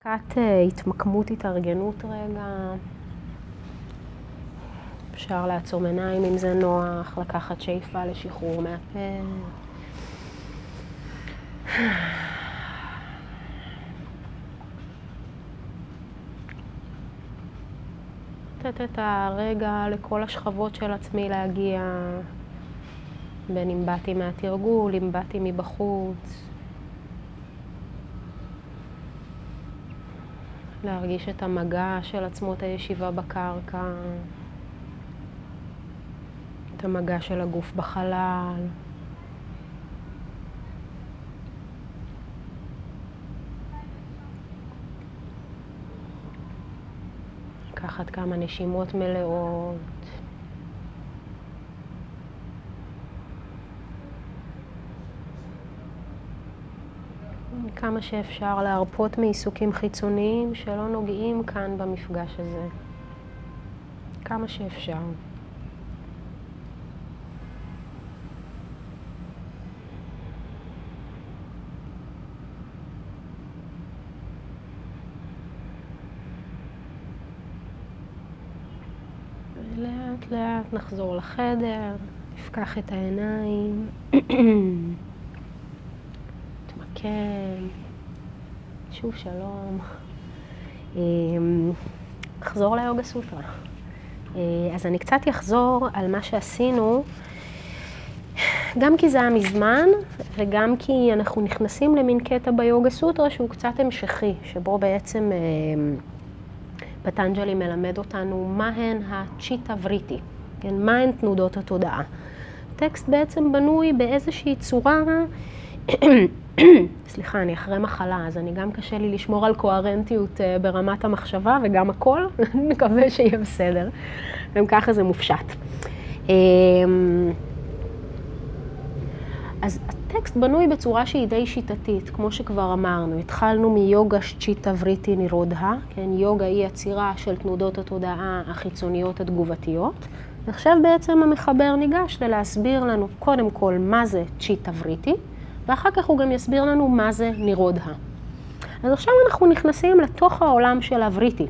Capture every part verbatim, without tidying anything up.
הפסקת התמקמות, התארגנות רגע. אפשר לעצום עיניים אם זה נוח, לקחת שאיפה לשחרור מהפה. לתת את הרגע לכל השכבות של עצמי להגיע, בין אם באתי מהתרגול, אם באתי מבחוץ. להרגיש את המגע של עצמות הישיבה בקרקע, את המגע של הגוף בחלל. לקחת כמה נשימות מלאות. כמה שאפשר להרפות מעיסוקים חיצוניים שלא נוגעים כאן במפגש הזה. כמה שאפשר. לאט לאט נחזור לחדר, נפקח את העיניים. כן, שוב שלום. נחזור ליוגה סוטרה. אז אני קצת אחזור על מה שעשינו, גם כי זה היה מזמן, וגם כי אנחנו נכנסים למין קטע ביוגה סוטרה שהוא קצת המשכי, שבו בעצם פטנג'לי מלמד אותנו מהן הצ'יטה וריטי, כן, מהן תנודות התודעה. טקסט בעצם בנוי באיזושהי צורה, סליחה, אני אחרי מחלה, אז אני גם קשה לי לשמור על קוהרנטיות ברמת המחשבה וגם הכל, אני מקווה שיהיה בסדר. גם ככה זה מופשט. אז הטקסט בנוי בצורה שהיא די שיטתית, כמו שכבר אמרנו. התחלנו מיוגה צ'יטה וריטי נירודה, כן, יוגה היא יצירה של תנודות התודעה החיצוניות התגובתיות. ועכשיו בעצם המחבר ניגש ללהסביר לנו קודם כל מה זה צ'יטה וריטי, ואחר כך הוא גם יסביר לנו מה זה נירודה. אז עכשיו אנחנו נכנסים לתוך העולם של הווריטי.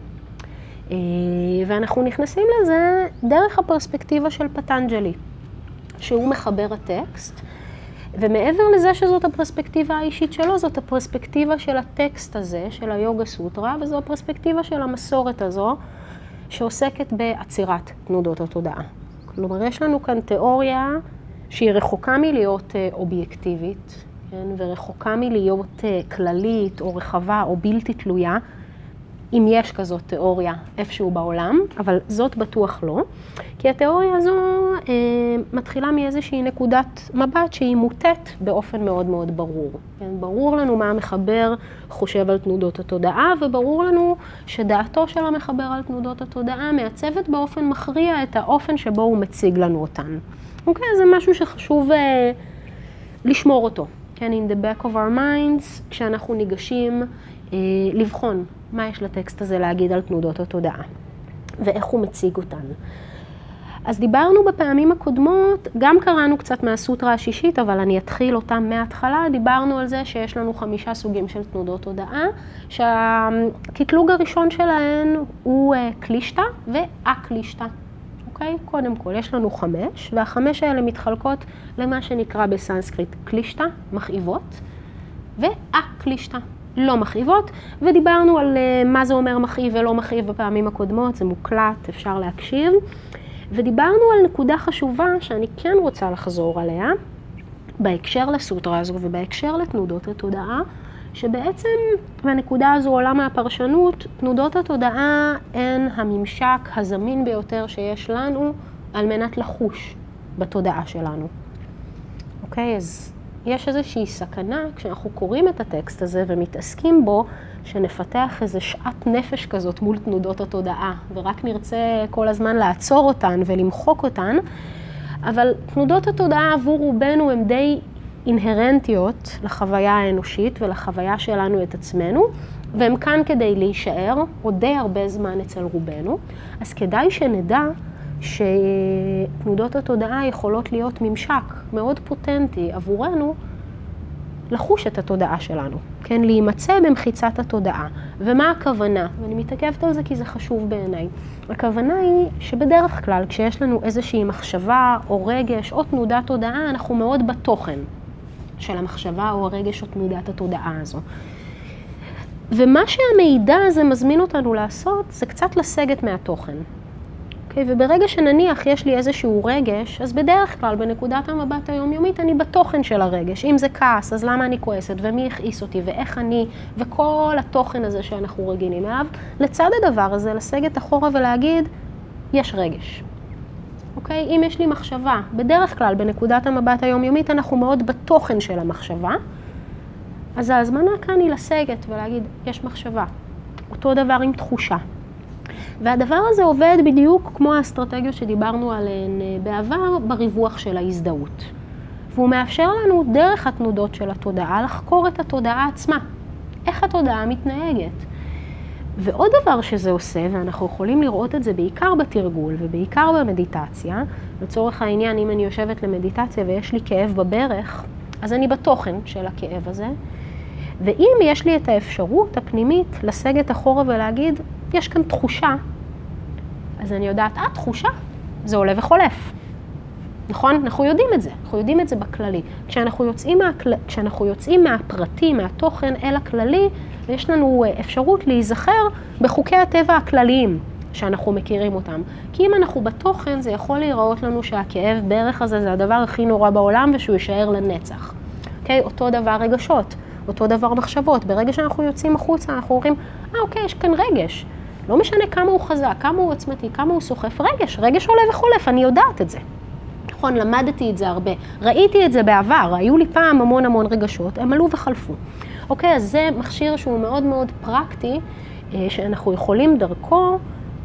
ואנחנו נכנסים לזה דרך הפרספקטיבה של פטנג'לי, שהוא מחבר הטקסט. ומעבר לזה שזאת הפרספקטיבה האישית שלו, זאת הפרספקטיבה של הטקסט הזה, של היוגה סוטרה, וזו הפרספקטיבה של המסורת הזו, שעוסקת בעצירת תנודות התודעה. כלומר, יש לנו כאן תיאוריה שהיא רחוקה מלהיות אובייקטיבית, כן? ורחוקה מלהיות כללית או רחבה או בלתי תלויה, אם יש כזאת תיאוריה איפשהו בעולם, אבל זאת בטוח לא, כי התיאוריה הזו אה, מתחילה מאיזושהי נקודת מבט שהיא מוטט באופן מאוד מאוד ברור. כן? ברור לנו מה המחבר חושב על תנודות התודעה, וברור לנו שדעתו של המחבר על תנודות התודעה מעצבת באופן מכריע את האופן שבו הוא מציג לנו אותן. אוקיי, זה משהו שחשוב אה, לשמור אותו. כן, in the back of our minds, כשאנחנו ניגשים אה, לבחון מה יש לטקסט הזה להגיד על תנודות התודעה, ואיך הוא מציג אותן. אז דיברנו בפעמים הקודמות, גם קראנו קצת מהסוטרה השישית, אבל אני אתחיל אותם מההתחלה. דיברנו על זה שיש לנו חמישה סוגים של תנודות תודעה, שהקטלוג הראשון שלהן הוא קלישטה ואקלישטה. אוקיי? קודם כל, יש לנו חמש, והחמש האלה מתחלקות למה שנקרא בסנסקריט קלישטה, מכאיבות, ואקלישטה, לא מכאיבות, ודיברנו על מה זה אומר מכאיב ולא מכאיב בפעמים הקודמות, זה מוקלט, אפשר להקשיב. ודיברנו על נקודה חשובה שאני כן רוצה לחזור עליה, בהקשר לסוטרה הזו ובהקשר לתנודות התודעה, שבעצם בנקודה הזו עולה מהפרשנות, תנודות התודעה הן הממשק הזמין ביותר שיש לנו על מנת לחוש בתודעה שלנו. אוקיי, אז יש איזושהי סכנה כשאנחנו קוראים את הטקסט הזה ומתעסקים בו, שנפתח איזו שעת נפש כזאת מול תנודות התודעה, ורק נרצה כל הזמן לעצור אותן ולמחוק אותן, אבל תנודות התודעה עבור רובנו הן די אינהרנטיות לחוויה האנושית ולחוויה שלנו את עצמנו, והם כאן כדי להישאר עוד די הרבה זמן אצל רובנו, אז כדאי שנדע שתנודות התודעה יכולות להיות ממשק מאוד פוטנטי עבורנו לחוש את התודעה שלנו, כן? להימצא במחיצת התודעה. ומה הכוונה? ואני מתעכבת על זה כי זה חשוב בעיניי. הכוונה היא שבדרך כלל כשיש לנו איזושהי מחשבה או רגש או תנודת תודעה, אנחנו מאוד בתוכן של המחשבה או הרגש או תנודת התודעה הזו. ומה שהמידע הזה מזמין אותנו לעשות זה קצת לסגת מהתוכן. Okay, וברגע שנניח יש לי איזשהו רגש, אז בדרך כלל בנקודת המבט היומיומית אני בתוכן של הרגש. אם זה כעס, אז למה אני כועסת ומי הכעיס אותי ואיך אני וכל התוכן הזה שאנחנו רגילים אליו. לצד הדבר הזה לסגת אחורה ולהגיד, יש רגש. אוקיי? אם יש לי מחשבה, בדרך כלל בנקודת המבט היומיומית אנחנו מאוד בתוכן של המחשבה, אז ההזמנה כאן היא לסגת ולהגיד, יש מחשבה. אותו דבר עם תחושה. והדבר הזה עובד בדיוק כמו האסטרטגיות שדיברנו עליהן בעבר בריווח של ההזדהות. והוא מאפשר לנו דרך התנודות של התודעה לחקור את התודעה עצמה. איך התודעה מתנהגת. ועוד דבר שזה עושה, ואנחנו יכולים לראות את זה בעיקר בתרגול ובעיקר במדיטציה, לצורך העניין אם אני יושבת למדיטציה ויש לי כאב בברך, אז אני בתוכן של הכאב הזה, ואם יש לי את האפשרות הפנימית לסגת אחורה ולהגיד, יש כאן תחושה, אז אני יודעת, אה, תחושה, זה עולה וחולף. נכון? אנחנו יודעים את זה, אנחנו יודעים את זה בכללי. כשאנחנו יוצאים, מהכל... כשאנחנו יוצאים מהפרטי, מהתוכן אל הכללי, יש לנו אפשרות להיזכר בחוקי הטבע הכלליים שאנחנו מכירים אותם. כי אם אנחנו בתוכן, זה יכול להיראות לנו שהכאב ברך הזה זה הדבר הכי נורא בעולם ושהוא יישאר לנצח. אוקיי? אותו דבר רגשות. אותו דבר מחשבות. ברגע שאנחנו יוצאים החוצה, אנחנו אומרים, אה, אוקיי, יש כאן רגש. לא משנה כמה הוא חזק, כמה הוא עוצמתי, כמה הוא סוחף. רגש, רגש עולה וחולף, אני יודעת את זה. נכון, למדתי את זה הרבה. ראיתי את זה בעבר, היו לי פעם המון המון רגשות, הם עלו וחלפו. אוקיי, אז זה מכשיר שהוא מאוד מאוד פרקטי, שאנחנו יכולים דרכו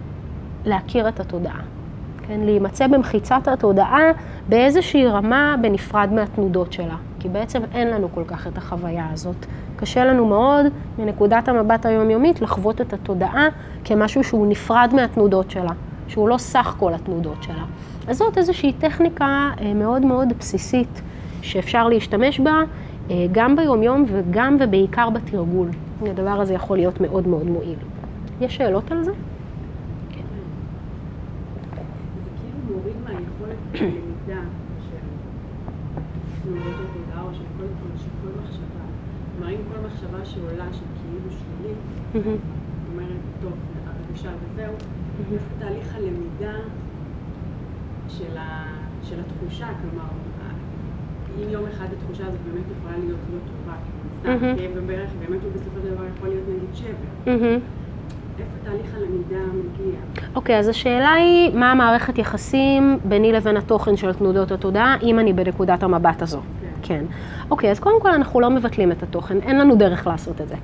להכיר את התודעה. כן, להימצא במחיצת התודעה באיזושהי רמה בנפרד מהתנודות שלה. כי בעצם אין לנו כל כך את החוויה הזאת. קשה לנו מאוד מנקודת המבט היומיומית לחוות את התודעה כמשהו שהוא נפרד מהתנודות שלה, שהוא לא סך כל התנודות שלה. אז זאת איזושהי טכניקה מאוד מאוד בסיסית שאפשר להשתמש בה גם ביומיום וגם ובעיקר בתרגול. הדבר הזה יכול להיות מאוד מאוד מועיל. יש שאלות על זה? מוריד מהיכולת למידה של תנועות התודעה או של כל, של כל מחשבה. כלומר, אם כל מחשבה שעולה של כאילו שלילית, זאת אומרת, טוב, הרגשה וזהו, איפה תהליך הלמידה של, ה, של התחושה, כלומר, אם יום אחד התחושה הזאת באמת יכולה להיות לא טובה, סתם, כאב בברך, באמת הוא בסופו של דבר יכול להיות נגיד שבר. איפה תהליך הלמידה מגיע? אוקיי, אז השאלה היא, מה המערכת יחסים ביני לבין התוכן של תנודות התודעה, אם אני בנקודת המבט הזו? כן. אוקיי, אז קודם כל אנחנו לא מבטלים את התוכן, אין לנו דרך לעשות את זה.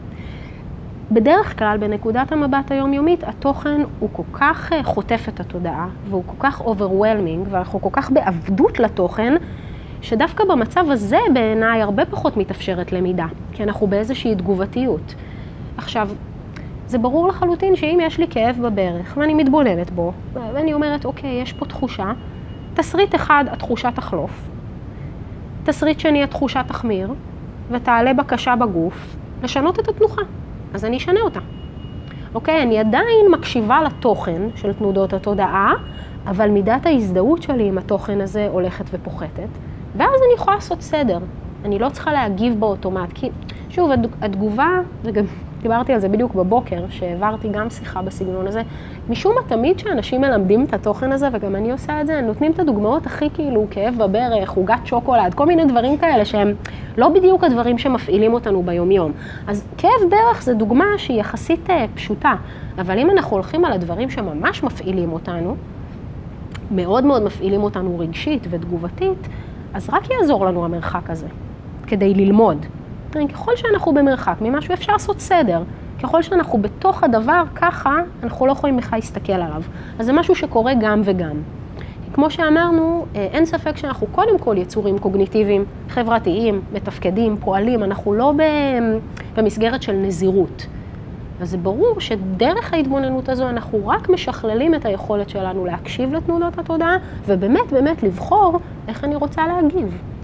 בדרך כלל, בנקודת המבט היומיומית, התוכן הוא כל כך חוטף את התודעה, והוא כל כך overwhelming, ואנחנו כל כך בעבדות לתוכן, שדווקא במצב הזה בעיניי הרבה פחות מתאפשרת למידה, כי אנחנו באיזושהי תגובתיות. עכשיו, זה ברור לחלוטין שאם יש לי כאב בברך ואני מתבוננת בו, ואני אומרת, אוקיי, יש פה תחושה, תסריט אחד, התחושה תחלוף, תסריט שני, התחושה תחמיר, ותעלה בקשה בגוף לשנות את התנוחה. אז אני אשנה אותה. אוקיי, אני עדיין מקשיבה לתוכן של תנודות התודעה, אבל מידת ההזדהות שלי עם התוכן הזה הולכת ופוחתת, ואז אני יכולה לעשות סדר. אני לא צריכה להגיב באוטומט, כי שוב, התגובה, וגם דיברתי על זה בדיוק בבוקר, שהעברתי גם שיחה בסגנון הזה, משום מה תמיד שאנשים מלמדים את התוכן הזה, וגם אני עושה את זה, נותנים את הדוגמאות הכי כאילו כאב בברך, עוגת שוקולד, כל מיני דברים כאלה שהם לא בדיוק הדברים שמפעילים אותנו ביומיום. אז כאב ברך זה דוגמה שהיא יחסית פשוטה, אבל אם אנחנו הולכים על הדברים שממש מפעילים אותנו, מאוד מאוד מפעילים אותנו רגשית ותגובתית, אז רק יעזור לנו המרחק הזה, כדי ללמוד. ככל שאנחנו במרחק ממשהו אפשר לעשות סדר. ככל שאנחנו בתוך הדבר ככה, אנחנו לא יכולים בכלל להסתכל עליו. אז זה משהו שקורה גם וגם. כמו שאמרנו, אין ספק שאנחנו קודם כל יצורים קוגניטיביים, חברתיים, מתפקדים, פועלים. אנחנו לא במסגרת של נזירות. אז זה ברור שדרך ההתבוננות הזו אנחנו רק משכללים את היכולת שלנו להקשיב לתנודות התודעה, ובאמת באמת לבחור איך אני רוצה להגיב.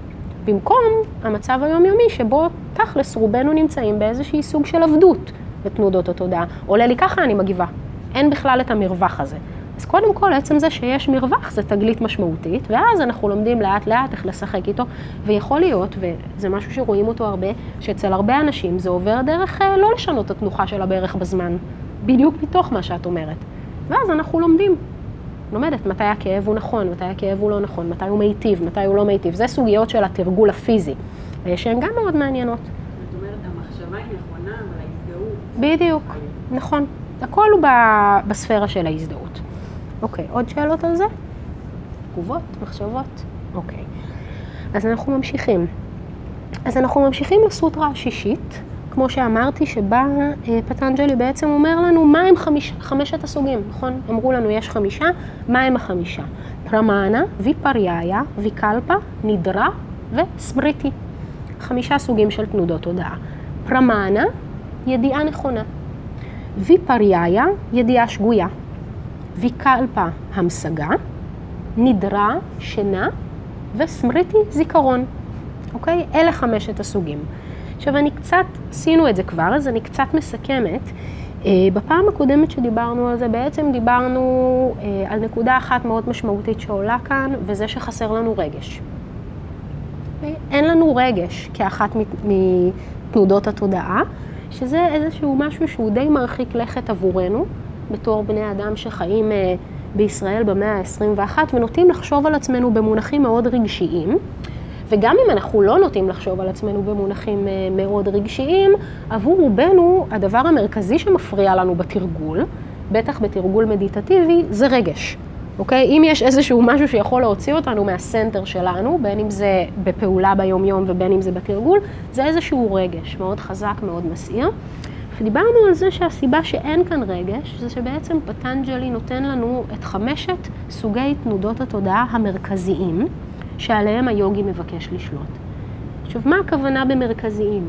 במקום המצב היומיומי שבו תכלס רובנו נמצאים באיזושהי סוג של עבדות בתנודות התודעה. עולה לי ככה, אני מגיבה. אין בכלל את המרווח הזה. אז קודם כל, עצם זה שיש מרווח זה תגלית משמעותית, ואז אנחנו לומדים לאט לאט איך לשחק איתו, ויכול להיות, וזה משהו שרואים אותו הרבה, שאצל הרבה אנשים זה עובר דרך לא לשנות את התנוחה של הברך בזמן, בדיוק מתוך מה שאת אומרת. ואז אנחנו לומדים. לומדת מתי הכאב הוא נכון, מתי הכאב הוא לא נכון, מתי הוא מיטיב, מתי הוא לא מיטיב. זה סוגיות של התרגול הפיזי, שהן גם מאוד מעניינות. זאת אומרת, המחשבה היא נכונה, אבל ההזדהות... בדיוק, נכון. הכל הוא בספירה של ההזדהות. אוקיי, עוד שאלות על זה? תגובות, מחשבות? אוקיי. אז אנחנו ממשיכים. אז אנחנו ממשיכים לסוטרה השישית, כמו שאמרתי, שבה פטנג'לי בעצם אומר לנו מה הם חמיש, חמשת הסוגים, נכון? אמרו לנו יש חמישה, מה הם החמישה? פרמאנה, ויפריאיה, ויקלפה, נידרה וסמריטי. חמישה סוגים של תנודות תודעה. פרמאנה, ידיעה נכונה. ויפריאיה, ידיעה שגויה. ויקלפה, המשגה. נידרה, שינה. וסמריטי, זיכרון. אוקיי? אלה חמשת הסוגים. עכשיו, אני קצת, עשינו את זה כבר, אז אני קצת מסכמת. בפעם הקודמת שדיברנו על זה, בעצם דיברנו על נקודה אחת מאוד משמעותית שעולה כאן, וזה שחסר לנו רגש. אין לנו רגש כאחת מתנודות התודעה, שזה איזשהו משהו שהוא די מרחיק לכת עבורנו, בתור בני אדם שחיים בישראל במאה ה-עשרים ואחת, ונוטים לחשוב על עצמנו במונחים מאוד רגשיים, וגם אם אנחנו לא נוטים לחשוב על עצמנו במונחים מאוד רגשיים, עבור רובנו הדבר המרכזי שמפריע לנו בתרגול, בטח בתרגול מדיטטיבי, זה רגש. אוקיי? אם יש איזשהו משהו שיכול להוציא אותנו מהסנטר שלנו, בין אם זה בפעולה ביום-יום ובין אם זה בתרגול, זה איזשהו רגש מאוד חזק, מאוד מסעיר. ודיברנו על זה שהסיבה שאין כאן רגש, זה שבעצם פטנג'לי נותן לנו את חמשת סוגי תנודות התודעה המרכזיים, שעליהם היוגי מבקש לשלוט. עכשיו, מה הכוונה במרכזיים?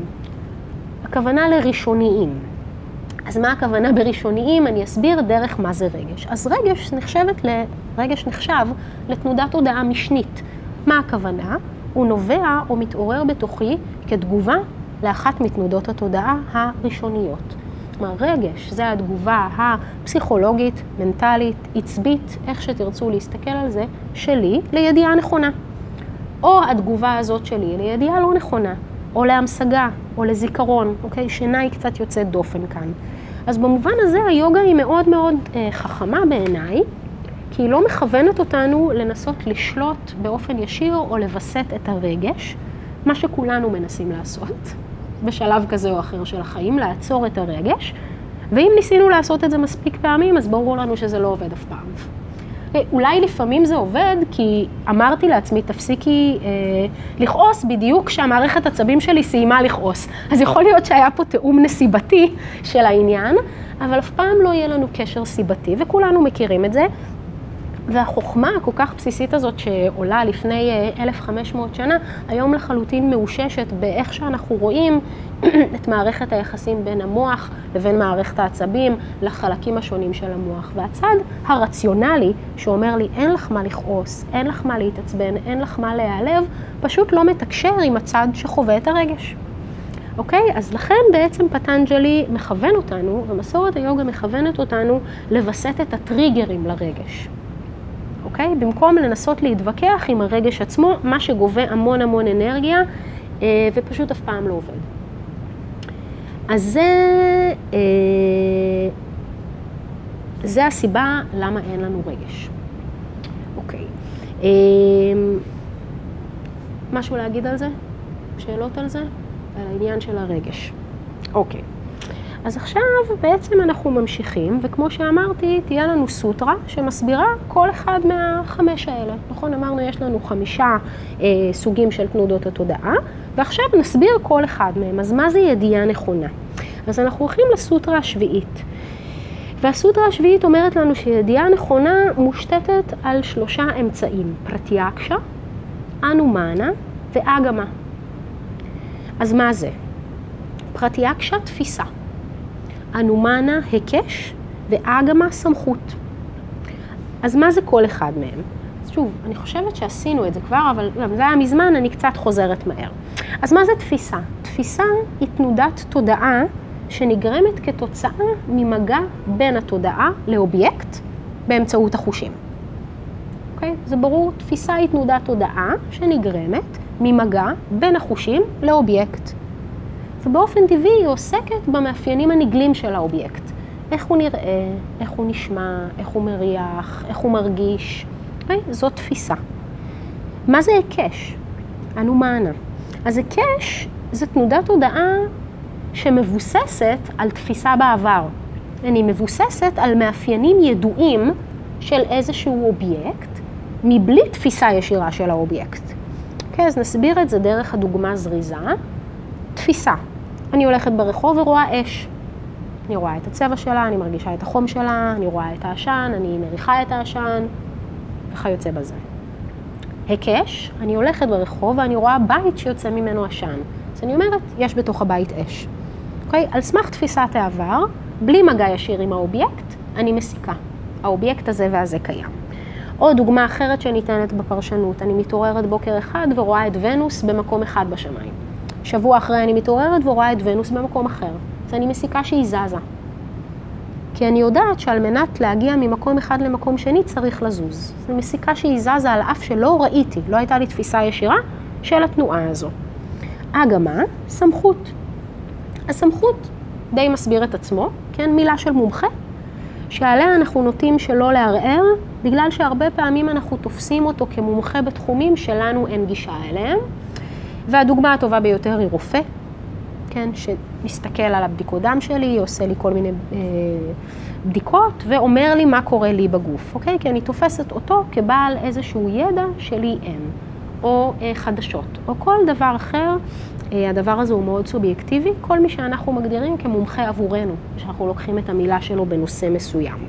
הכוונה לראשוניים. אז מה הכוונה בראשוניים? אני אסביר דרך מה זה רגש. אז רגש נחשבת ל... רגש נחשב לתנודת תודעה משנית. מה הכוונה? הוא נובע או מתעורר בתוכי כתגובה לאחת מתנודות התודעה הראשוניות. כלומר, רגש זה התגובה הפסיכולוגית, מנטלית, עצבית, איך שתרצו להסתכל על זה, שלי לידיעה נכונה. או התגובה הזאת שלי לידיעה לא נכונה, או להמשגה, או לזיכרון, אוקיי? שינה היא קצת יוצאת דופן כאן. אז במובן הזה היוגה היא מאוד מאוד אה, חכמה בעיניי, כי היא לא מכוונת אותנו לנסות לשלוט באופן ישיר או לבסט את הרגש, מה שכולנו מנסים לעשות, בשלב כזה או אחר של החיים, לעצור את הרגש, ואם ניסינו לעשות את זה מספיק פעמים, אז ברור לנו שזה לא עובד אף פעם. אולי לפעמים זה עובד, כי אמרתי לעצמי, תפסיקי אה, לכעוס בדיוק כשהמערכת עצבים שלי סיימה לכעוס. אז יכול להיות שהיה פה תאום נסיבתי של העניין, אבל אף פעם לא יהיה לנו קשר סיבתי, וכולנו מכירים את זה. והחוכמה הכל כך בסיסית הזאת שעולה לפני אלף וחמש מאות שנה, היום לחלוטין מאוששת באיך שאנחנו רואים את מערכת היחסים בין המוח לבין מערכת העצבים לחלקים השונים של המוח. והצד הרציונלי שאומר לי אין לך מה לכעוס, אין לך מה להתעצבן, אין לך מה להיעלב, פשוט לא מתקשר עם הצד שחווה את הרגש. אוקיי? אז לכן בעצם פטנג'לי מכוון אותנו, ומסורת היוגה מכוונת אותנו לבסט את הטריגרים לרגש. אוקיי? במקום לנסות להתווכח עם הרגש עצמו, מה שגובה המון המון אנרגיה, אה, ופשוט אף פעם לא עובד. אז זה, אה, זה הסיבה למה אין לנו רגש. אוקיי. אה, משהו להגיד על זה? שאלות על זה? על העניין של הרגש. אוקיי. אז עכשיו בעצם אנחנו ממשיכים, וכמו שאמרתי, תהיה לנו סוטרה שמסבירה כל אחד מהחמש האלה. נכון, אמרנו, יש לנו חמישה אה, סוגים של תנודות התודעה, ועכשיו נסביר כל אחד מהם. אז מה זה ידיעה נכונה? אז אנחנו הולכים לסוטרה השביעית. והסוטרה השביעית אומרת לנו שידיעה נכונה מושתתת על שלושה אמצעים, פרטיאקשה, אנומנה ואגמה. אז מה זה? פרטיאקשה, תפיסה. אנומנה, היקש, ואגמה, סמכות. אז מה זה כל אחד מהם? אז שוב, אני חושבת שעשינו את זה כבר, אבל גם זה היה מזמן, אני קצת חוזרת מהר. אז מה זה תפיסה? תפיסה היא תנודת תודעה שנגרמת כתוצאה ממגע בין התודעה לאובייקט באמצעות החושים. אוקיי? זה ברור, תפיסה היא תנודת תודעה שנגרמת ממגע בין החושים לאובייקט. ובאופן טבעי היא עוסקת במאפיינים הנגלים של האובייקט. איך הוא נראה, איך הוא נשמע, איך הוא מריח, איך הוא מרגיש. אוקיי? זאת תפיסה. מה זה היקש? אנומנה. אז היקש זה תנודת תודעה שמבוססת על תפיסה בעבר. אני מבוססת על מאפיינים ידועים של איזשהו אובייקט, מבלי תפיסה ישירה של האובייקט. אוקיי, אז נסביר את זה דרך הדוגמה זריזה. תפיסה. אני הולכת ברחוב ורואה אש. אני רואה את הצבע שלה, אני מרגישה את החום שלה, אני רואה את העשן, אני מריחה את העשן, וכיוצא בזה. היקש, אני הולכת ברחוב ואני רואה בית שיוצא ממנו עשן. אז אני אומרת, יש בתוך הבית אש. אוקיי? על סמך תפיסת העבר, בלי מגע ישיר עם האובייקט, אני מסיקה. האובייקט הזה והזה קיים. או דוגמה אחרת שניתנת בפרשנות, אני מתעוררת בוקר אחד ורואה את ונוס במקום אחד בשמיים. שבוע אחרי אני מתעוררת ורואה את ונוס במקום אחר. אז אני מסיקה שהיא זזה. כי אני יודעת שעל מנת להגיע ממקום אחד למקום שני צריך לזוז. אז אני מסיקה שהיא זזה על אף שלא ראיתי, לא הייתה לי תפיסה ישירה של התנועה הזו. אגמה, סמכות. הסמכות די מסביר את עצמו, כן, מילה של מומחה, שעליה אנחנו נוטים שלא לערער, בגלל שהרבה פעמים אנחנו תופסים אותו כמומחה בתחומים שלנו אין גישה אליהם. והדוגמה הטובה ביותר היא רופא, כן, שמסתכל על הבדיקות דם שלי, עושה לי כל מיני אה, בדיקות, ואומר לי מה קורה לי בגוף, אוקיי? כי אני תופסת אותו כבעל איזשהו ידע שלי אין, או אה, חדשות, או כל דבר אחר. אה, הדבר הזה הוא מאוד סובייקטיבי, כל מי שאנחנו מגדירים כמומחה עבורנו, שאנחנו לוקחים את המילה שלו בנושא מסוים.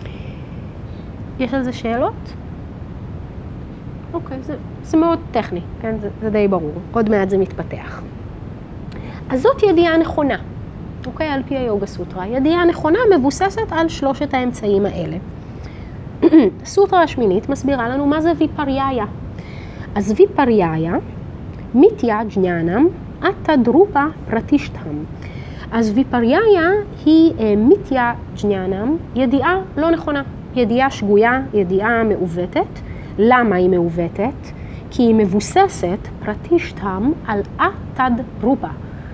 יש על זה שאלות? אוקיי, זה, זה מאוד טכני, כן? זה, זה די ברור. עוד מעט זה מתפתח. אז זאת ידיעה נכונה, אוקיי? על פי היוגה סוטרה. ידיעה נכונה מבוססת על שלושת האמצעים האלה. הסוטרה השמינית מסבירה לנו מה זה ויפרייה. אז ויפרייה, מיתיה ג'ניאנם, אתדרופה פרטישטהם. אז ויפרייה היא מיתיה ג'ניאנם, ידיעה לא נכונה, ידיעה שגויה, ידיעה מעוותת. למה היא מעוותת? כי היא מבוססת פרטישטהם על אתדרופה.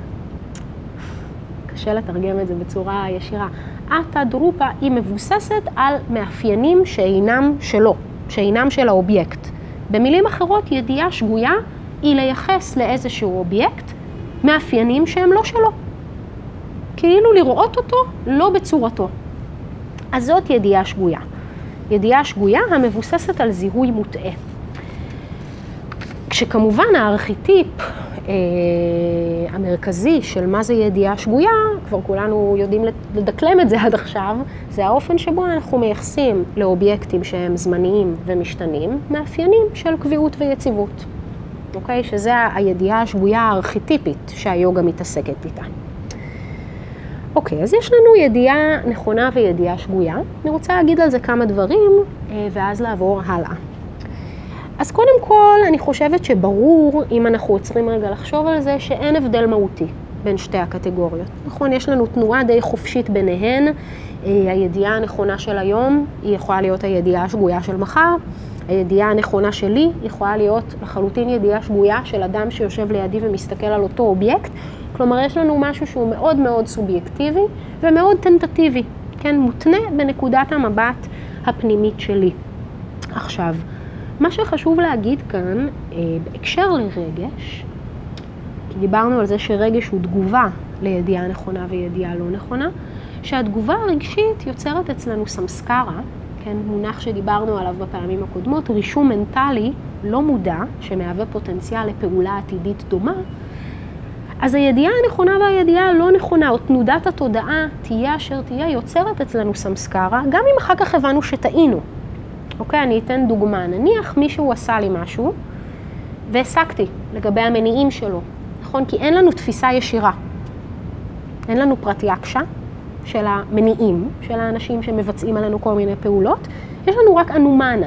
קשה לתרגם את זה בצורה ישירה. אתדרופה היא מבוססת על מאפיינים שאינם שלו, שאינם של האובייקט. במילים אחרות, ידיעה שגויה היא לייחס לאיזשהו אובייקט מאפיינים שהם לא שלו. כאילו לראות אותו לא בצורתו. אז זאת ידיעה שגויה. ידיעה שגויה המבוססת על זיהוי מוטעה. כשכמובן הארכיטיפ אה, המרכזי של מה זה ידיעה שגויה, כבר כולנו יודעים לדקלם את זה עד עכשיו, זה האופן שבו אנחנו מייחסים לאובייקטים שהם זמניים ומשתנים, מאפיינים של קביעות ויציבות. אוקיי? שזה הידיעה השגויה הארכיטיפית שהיוגה מתעסקת איתה. אוקיי, אז יש לנו ידיעה נכונה וידיעה שגויה. אני רוצה להגיד על זה כמה דברים, ואז לעבור הלאה. אז קודם כל, אני חושבת שברור, אם אנחנו עוצרים רגע לחשוב על זה, שאין הבדל מהותי בין שתי הקטגוריות. נכון, יש לנו תנועה די חופשית ביניהן. הידיעה הנכונה של היום היא יכולה להיות הידיעה השגויה של מחר. הידיעה הנכונה שלי יכולה להיות לחלוטין ידיעה שגויה של אדם שיושב לידי ומסתכל על אותו אובייקט. כלומר, יש לנו משהו שהוא מאוד מאוד סובייקטיבי ומאוד טנטטיבי, כן, מותנה בנקודת המבט הפנימית שלי. עכשיו, מה שחשוב להגיד כאן, בהקשר לרגש, כי דיברנו על זה שרגש הוא תגובה לידיעה נכונה וידיעה לא נכונה, שהתגובה הרגשית יוצרת אצלנו סמסקרה, כן, מונח שדיברנו עליו בפעמים הקודמות, רישום מנטלי לא מודע, שמהווה פוטנציאל לפעולה עתידית דומה. אז הידיעה הנכונה והידיעה הלא נכונה, או תנודת התודעה, תהיה אשר תהיה, יוצרת אצלנו סמסקרה, גם אם אחר כך הבנו שטעינו. אוקיי, אני אתן דוגמה. נניח מישהו עשה לי משהו, והסקתי לגבי המניעים שלו. נכון? כי אין לנו תפיסה ישירה. אין לנו פרטיאקשה של המניעים, של האנשים שמבצעים עלינו כל מיני פעולות. יש לנו רק אנומנה.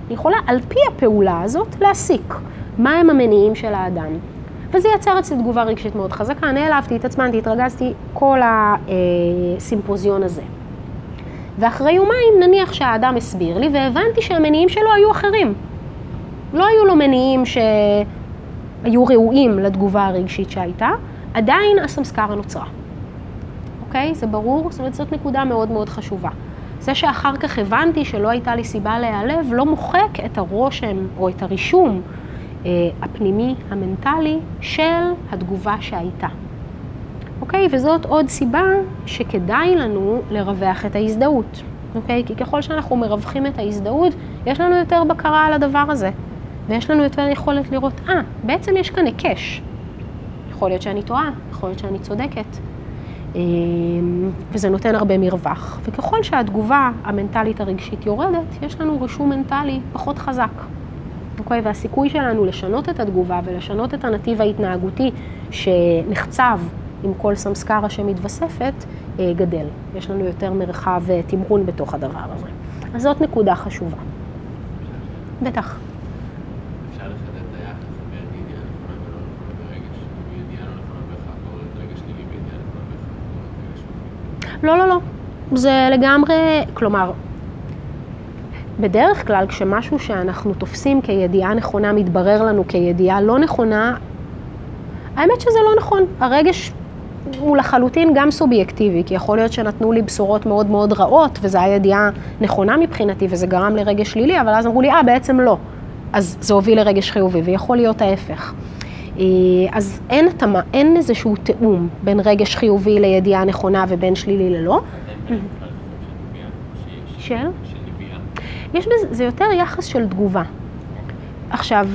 אני יכולה על פי הפעולה הזאת להסיק מהם המניעים של האדם. וזה יצר אצלי תגובה רגשית מאוד חזקה, נעלבתי, התעצמנתי, התרגזתי, כל הסימפוזיון הזה. ואחרי יומיים נניח שהאדם הסביר לי, והבנתי שהמניעים שלו היו אחרים. לא היו לו מניעים שהיו ראויים לתגובה הרגשית שהייתה, עדיין הסמסקרה נוצרה. אוקיי? זה ברור? זאת אומרת, זאת נקודה מאוד מאוד חשובה. זה שאחר כך הבנתי שלא הייתה לי סיבה להיעלב, לא מוחק את הרושם או את הרישום אה, הפנימי, המנטלי, של התגובה שהייתה. אוקיי? וזאת עוד סיבה שכדאי לנו לרווח את ההזדהות. אוקיי? כי ככל שאנחנו מרווחים את ההזדהות, יש לנו יותר בקרה על הדבר הזה. ויש לנו יותר יכולת לראות, אה, בעצם יש כאן היקש. יכול להיות שאני טועה, יכול להיות שאני צודקת. וזה נותן הרבה מרווח. וככל שהתגובה המנטלית הרגשית יורדת, יש לנו רישום מנטלי פחות חזק. אוקיי? והסיכוי שלנו לשנות את התגובה ולשנות את הנתיב ההתנהגותי שנחצב עם כל סמסקרה שמתווספת, גדל. יש לנו יותר מרחב תמרון בתוך הדבר הזה. אז זאת נקודה חשובה. בטח. אפשר לחדד את היחס בין ידיעה נכונה ולא נכונה ברגש, וידיעה לא נכונה בהכרח קוראת רגש שלילי, וידיעה נכונה בהכרח קוראת רגש שלילי. לא, לא, לא. זה לגמרי, כלומר, בדרך כלל כשמשהו שאנחנו תופסים כידיעה נכונה מתברר לנו כידיעה לא נכונה, האמת שזה לא נכון. הרגש הוא לחלוטין גם סובייקטיבי, כי יכול להיות שנתנו לי בשורות מאוד מאוד רעות, וזו הידיעה נכונה מבחינתי, וזה גרם לרגש שלילי, אבל אז אמרו לי, אה, בעצם לא. אז זה הוביל לרגש חיובי, ויכול להיות ההפך. אז אין, אין איזשהו תאום בין רגש חיובי לידיעה נכונה ובין שלילי ללא. של? של נביאה. יש בזה, זה יותר יחס של תגובה. עכשיו,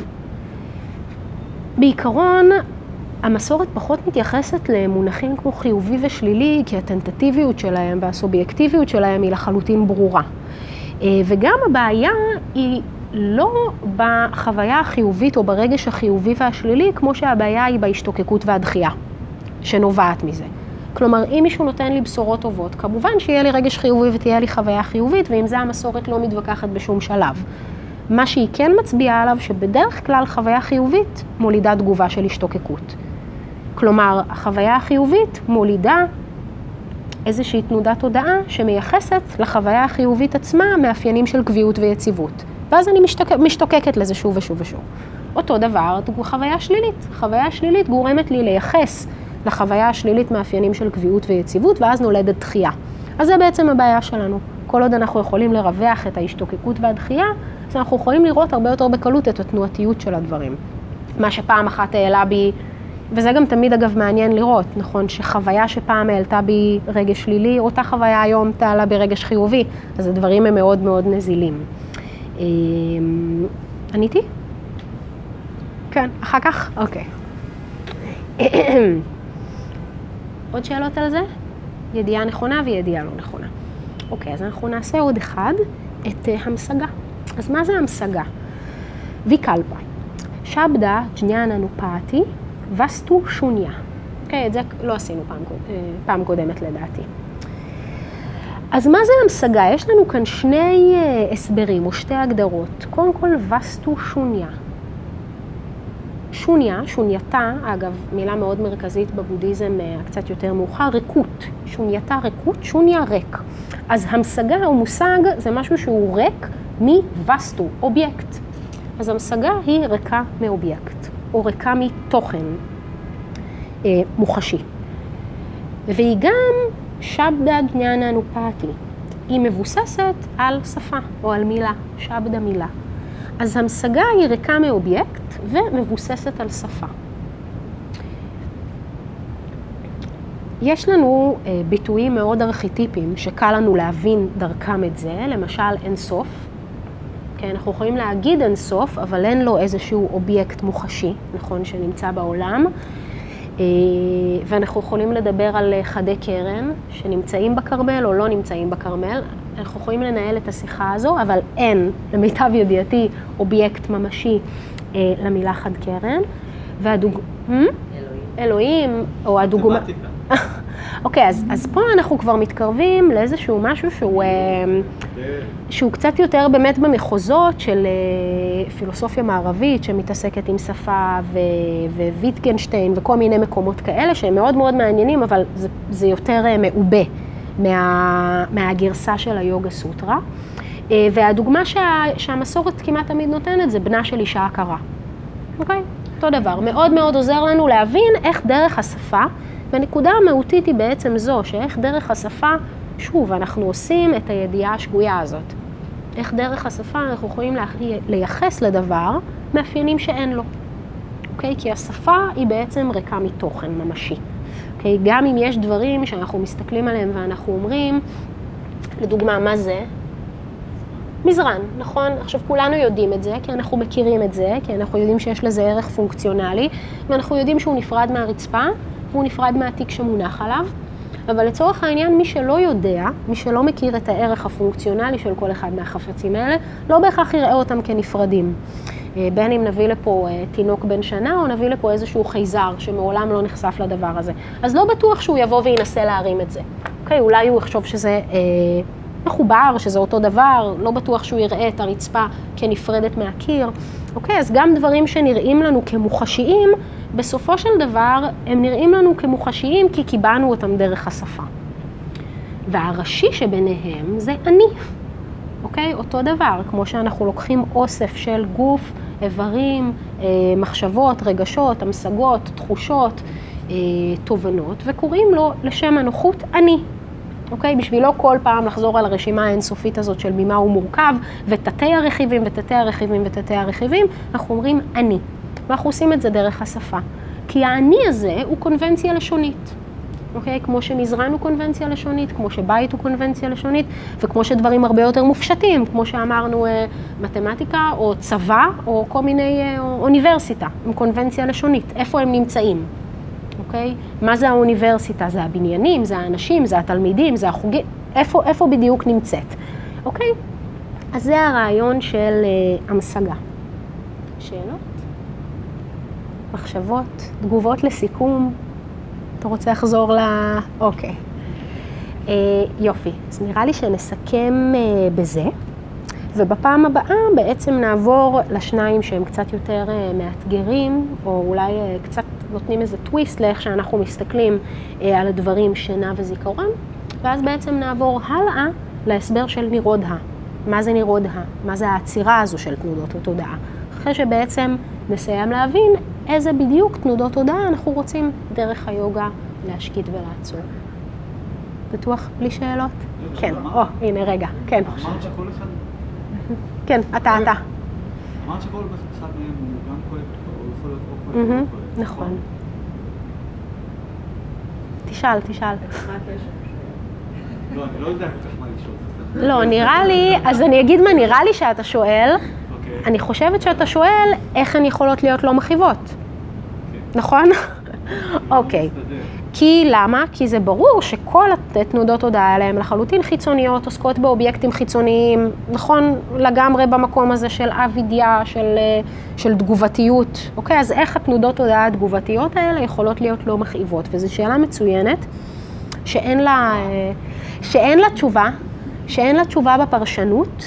בעיקרון, המסורת פחות מתייחסת למונחים כמו חיובי ושלילי, כי הטנטטיביות שלהם והסובייקטיביות שלהם היא לחלוטין ברורה. וגם הבעיה היא לא בחוויה החיובית או ברגש החיובי והשלילי, כמו שהבעיה היא בהשתוקקות והדחייה, שנובעת מזה. כלומר, אם מישהו נותן לי בשורות טובות, כמובן שיהיה לי רגש חיובי ותהיה לי חוויה חיובית, ועם זה המסורת לא מתווכחת בשום שלב. מה שהיא כן מצביעה עליו, שבדרך כלל חוויה חיובית מולידה תגובה של השתוקקות. כלומר, החוויה החיובית מולידה איזושהי תנודת תודעה שמייחסת לחוויה החיובית עצמה מאפיינים של קביעות ויציבות. ואז אני משתוק... משתוקקת לזה שוב ושוב ושוב. אותו דבר, חוויה שלילית. חוויה שלילית גורמת לי לייחס לחוויה השלילית מאפיינים של קביעות ויציבות, ואז נולדת דחייה. אז זה בעצם הבעיה שלנו. כל עוד אנחנו יכולים לרווח את ההשתוקקות והדחייה, אז אנחנו יכולים לראות הרבה יותר בקלות את התנועתיות של הדברים. מה שפעם אחת העלה בי, וזה גם תמיד אגב מעניין לראות, נכון? שחוויה שפעם העלתה בי רגש שלילי, אותה חוויה היום תעלה בי רגש חיובי, אז הדברים הם מאוד מאוד נזילים. עניתי? כן, אחר כך? אוקיי. עוד שאלות על זה? ידיעה נכונה וידיעה לא נכונה. אוקיי, אז אנחנו נעשה עוד אחד, את המשגה. אז מה זה המשגה? ויקלפה. שבדה ג'ניאנה נופעתי, וסטו שוניה. אוקיי, את זה לא עשינו פעם, פעם קודמת לדעתי. אז מה זה המשגה? יש לנו כאן שני הסברים או שתי הגדרות. קודם כל, וסטו שוניה. שוניה, שונייתה, אגב, מילה מאוד מרכזית בבודהיזם קצת יותר מאוחר, ריקות. שונייתה ריקות, שוניה ריק. אז המשגה או מושג זה משהו שהוא ריק מווסטו, אובייקט. אז המשגה היא ריקה מאובייקט, או ריקה מתוכן אה, מוחשי. והיא גם שבדה ג'ניאנה נופעתי. היא מבוססת על שפה או על מילה, שבדה מילה. אז המשגה היא ריקה מאובייקט ומבוססת על שפה. יש לנו אה, ביטויים מאוד ארכיטיפיים שקל לנו להבין דרכם את זה, למשל אינסוף. כן, אנחנו יכולים להגיד אינסוף, אבל אין לו איזשהו אובייקט מוחשי, נכון, שנמצא בעולם. אה, ואנחנו יכולים לדבר על חדי קרן שנמצאים בקרמל או לא נמצאים בקרמל. אנחנו יכולים לנהל את השיחה הזו, אבל אין, למיטב ידיעתי, אובייקט ממשי אה, למילה חד קרן. והדוג... אלוהים. אלוהים, או הדוגמה... אוקיי, אז, אז פה אנחנו כבר מתקרבים לאיזשהו משהו שהוא, שהוא קצת יותר באמת במחוזות של פילוסופיה מערבית שמתעסקת עם שפה וויטגנשטיין וכל מיני מקומות כאלה שהם מאוד מאוד מעניינים, אבל זה, זה יותר מעובה מה, מהגרסה של היוגה סוטרה. והדוגמה שה, שהמסורת כמעט תמיד נותנת זה בנה של אישה הכרה. אוקיי? אותו דבר. מאוד מאוד עוזר לנו להבין איך דרך השפה, והנקודה המהותית היא בעצם זו, שאיך דרך השפה, שוב, אנחנו עושים את הידיעה השגויה הזאת. איך דרך השפה אנחנו יכולים לייחס לדבר מאפיינים שאין לו. אוקיי? כי השפה היא בעצם ריקה מתוכן ממשי. אוקיי? גם אם יש דברים שאנחנו מסתכלים עליהם ואנחנו אומרים, לדוגמה, מה זה? מזרן, נכון? עכשיו כולנו יודעים את זה, כי אנחנו מכירים את זה, כי אנחנו יודעים שיש לזה ערך פונקציונלי, ואנחנו יודעים שהוא נפרד מהרצפה, והוא נפרד מהתיק שמונח עליו. אבל לצורך העניין, מי שלא יודע, מי שלא מכיר את הערך הפונקציונלי של כל אחד מהחפצים האלה, לא בהכרח יראה אותם כנפרדים. בין אם נביא לפה תינוק בן שנה, או נביא לפה איזשהו חייזר שמעולם לא נחשף לדבר הזה. אז לא בטוח שהוא יבוא וינסה להרים את זה. אוקיי, אולי הוא יחשוב שזה אה, מחובר, שזה אותו דבר, לא בטוח שהוא יראה את הרצפה כנפרדת מהקיר. אוקיי, אז גם דברים שנראים לנו כמוחשיים, בסופו של דבר הם נראים לנו כמוחשיים כי קיבלנו אותם דרך השפה. והראשי שביניהם זה אני. אוקיי? אותו דבר, כמו שאנחנו לוקחים אוסף של גוף, איברים, מחשבות, רגשות, המשגות, תחושות, תובנות, וקוראים לו לשם הנוחות אני. אוקיי? בשביל לא כל פעם לחזור על הרשימה האינסופית הזאת של ממה הוא מורכב, ותתי הרכיבים ותתי הרכיבים ותתי הרכיבים, אנחנו אומרים אני. ואנחנו עושים את זה דרך השפה. כי האני הזה הוא קונבנציה לשונית. אוקיי? כמו שמזרן הוא קונבנציה לשונית, כמו שבית הוא קונבנציה לשונית, וכמו שדברים הרבה יותר מופשטים, כמו שאמרנו מתמטיקה או צבא או כל מיני או אוניברסיטה, עם קונבנציה לשונית. איפה הם נמצאים? אוקיי? מה זה האוניברסיטה? זה הבניינים, זה האנשים, זה התלמידים, זה החוגים. איפה, איפה בדיוק נמצאת? אוקיי? אז זה הרעיון של uh, המשגה. שאלות? מחשבות? תגובות לסיכום? אתה רוצה לחזור ל... אוקיי. Uh, יופי. אז נראה לי שנסכם uh, בזה. ובפעם הבאה בעצם נעבור לשניים שהם קצת יותר uh, מאתגרים, או אולי uh, קצת נותנים איזה טוויסט לאיך שאנחנו מסתכלים uh, על הדברים שינה וזיכרון, ואז בעצם נעבור הלאה להסבר של נירודה. מה זה נירודה? מה זה העצירה הזו של תנודות התודעה? אחרי שבעצם נסיים להבין איזה בדיוק תנודות תודעה אנחנו רוצים דרך היוגה להשקיט ולעצור. בטוח בלי שאלות? כן, או, הנה רגע, כן. אמרת שכל אחד... כן, אתה, אתה. אמרת שכל אחד מהם הוא גם כואב, או יכול להיות או כואב, או כואב. נכון. תשאל, תשאל. לא, אני לא יודע כל כך מה לשאול. לא, נראה לי, אז אני אגיד מה נראה לי שאתה שואל. אני חושבת שאתה שואל איך הן יכולות להיות לא מכאיבות. נכון? אוקיי. כי למה? כי זה ברור שכל התנודות תודעה האלה הן לחלוטין חיצוניות, עוסקות באובייקטים חיצוניים, נכון לגמרי במקום הזה של אבידיה, של, של תגובתיות. אוקיי, אז איך התנודות תודעה התגובתיות האלה יכולות להיות לא מכאיבות? וזו שאלה מצוינת, שאין לה, שאין לה תשובה, שאין לה תשובה בפרשנות,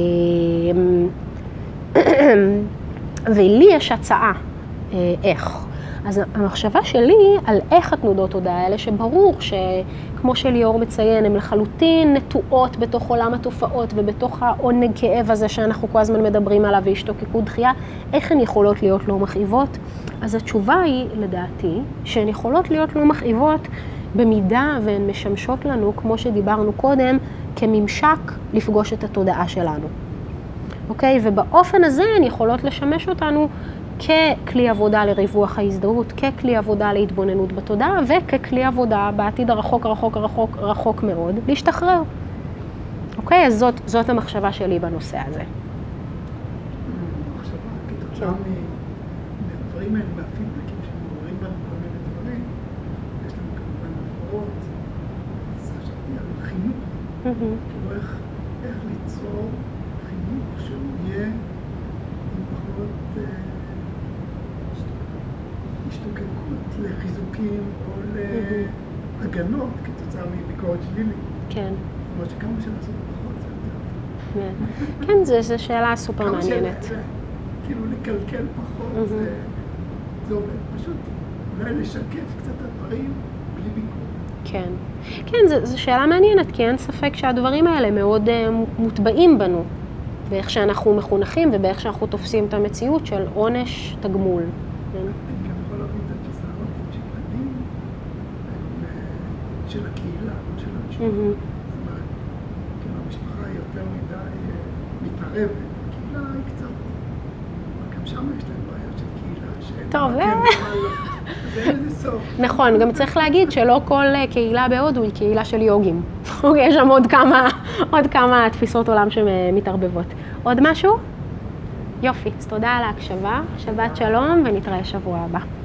ולי יש הצעה איך. אז המחשבה שלי על איך התנודות תודעה האלה, שברור שכמו שליאור מציין, הן לחלוטין נטועות בתוך עולם התופעות ובתוך העונג כאב הזה שאנחנו כל הזמן מדברים עליו והשתוקקות דחייה, איך הן יכולות להיות לא מכאיבות? אז התשובה היא, לדעתי, שהן יכולות להיות לא מכאיבות במידה והן משמשות לנו, כמו שדיברנו קודם, כממשק לפגוש את התודעה שלנו. אוקיי? ובאופן הזה הן יכולות לשמש אותנו ככלי עבודה לריווח ההזדהות, ככלי עבודה להתבוננות בתודעה, וככלי עבודה בעתיד הרחוק, רחוק, רחוק, רחוק מאוד, להשתחרר. אוקיי? אז זאת, זאת המחשבה שלי בנושא הזה. מחשבה, כתוצאה מהדברים האלה, מהפידבקים שמעוררים בנו כל מיני דברים, יש לנו כמובן עברות, אז חשבתי על חינוך, כאילו איך, איך ליצור חינוך שהוא יהיה עם פחות השתוקקות לחיזוקים או הגנות כתוצאה מביקורת שלילית. כן. למרות שכמה שנעשות פחות זה יותר. כן, זו, זו שאלה סופר כמה מעניינת. של- כאילו לקלקל פחות, זה זה עובד. פשוט אולי לשקף קצת את הדברים בלי ביקורת. כן. כן, זו שאלה מעניינת, כי אין ספק שהדברים האלה מאוד אה, מוטבעים בנו, באיך שאנחנו מחונכים ובאיך שאנחנו תופסים את המציאות של עונש תגמול. כן? אני גם יכול להבין את התפיסה הזאת שילדים הם אה, של הקהילה, לא של המשפחה. מהמם. זאת אומרת, כאילו המשפחה היא יותר מדי אה, מתערבת, הקהילה היא קצת, אבל גם שם יש להם בעיות של קהילה, שאין טוב, לה אה. כן וואלה, ואין לזה סוף. נכון, גם צריך להגיד שלא כל אה, קהילה בהודו היא קהילה של יוגים. יש שם עוד כמה, עוד כמה תפיסות עולם שמתערבבות. עוד משהו? יופי, אז תודה על ההקשבה, שבת שלום ונתראה שבוע הבא.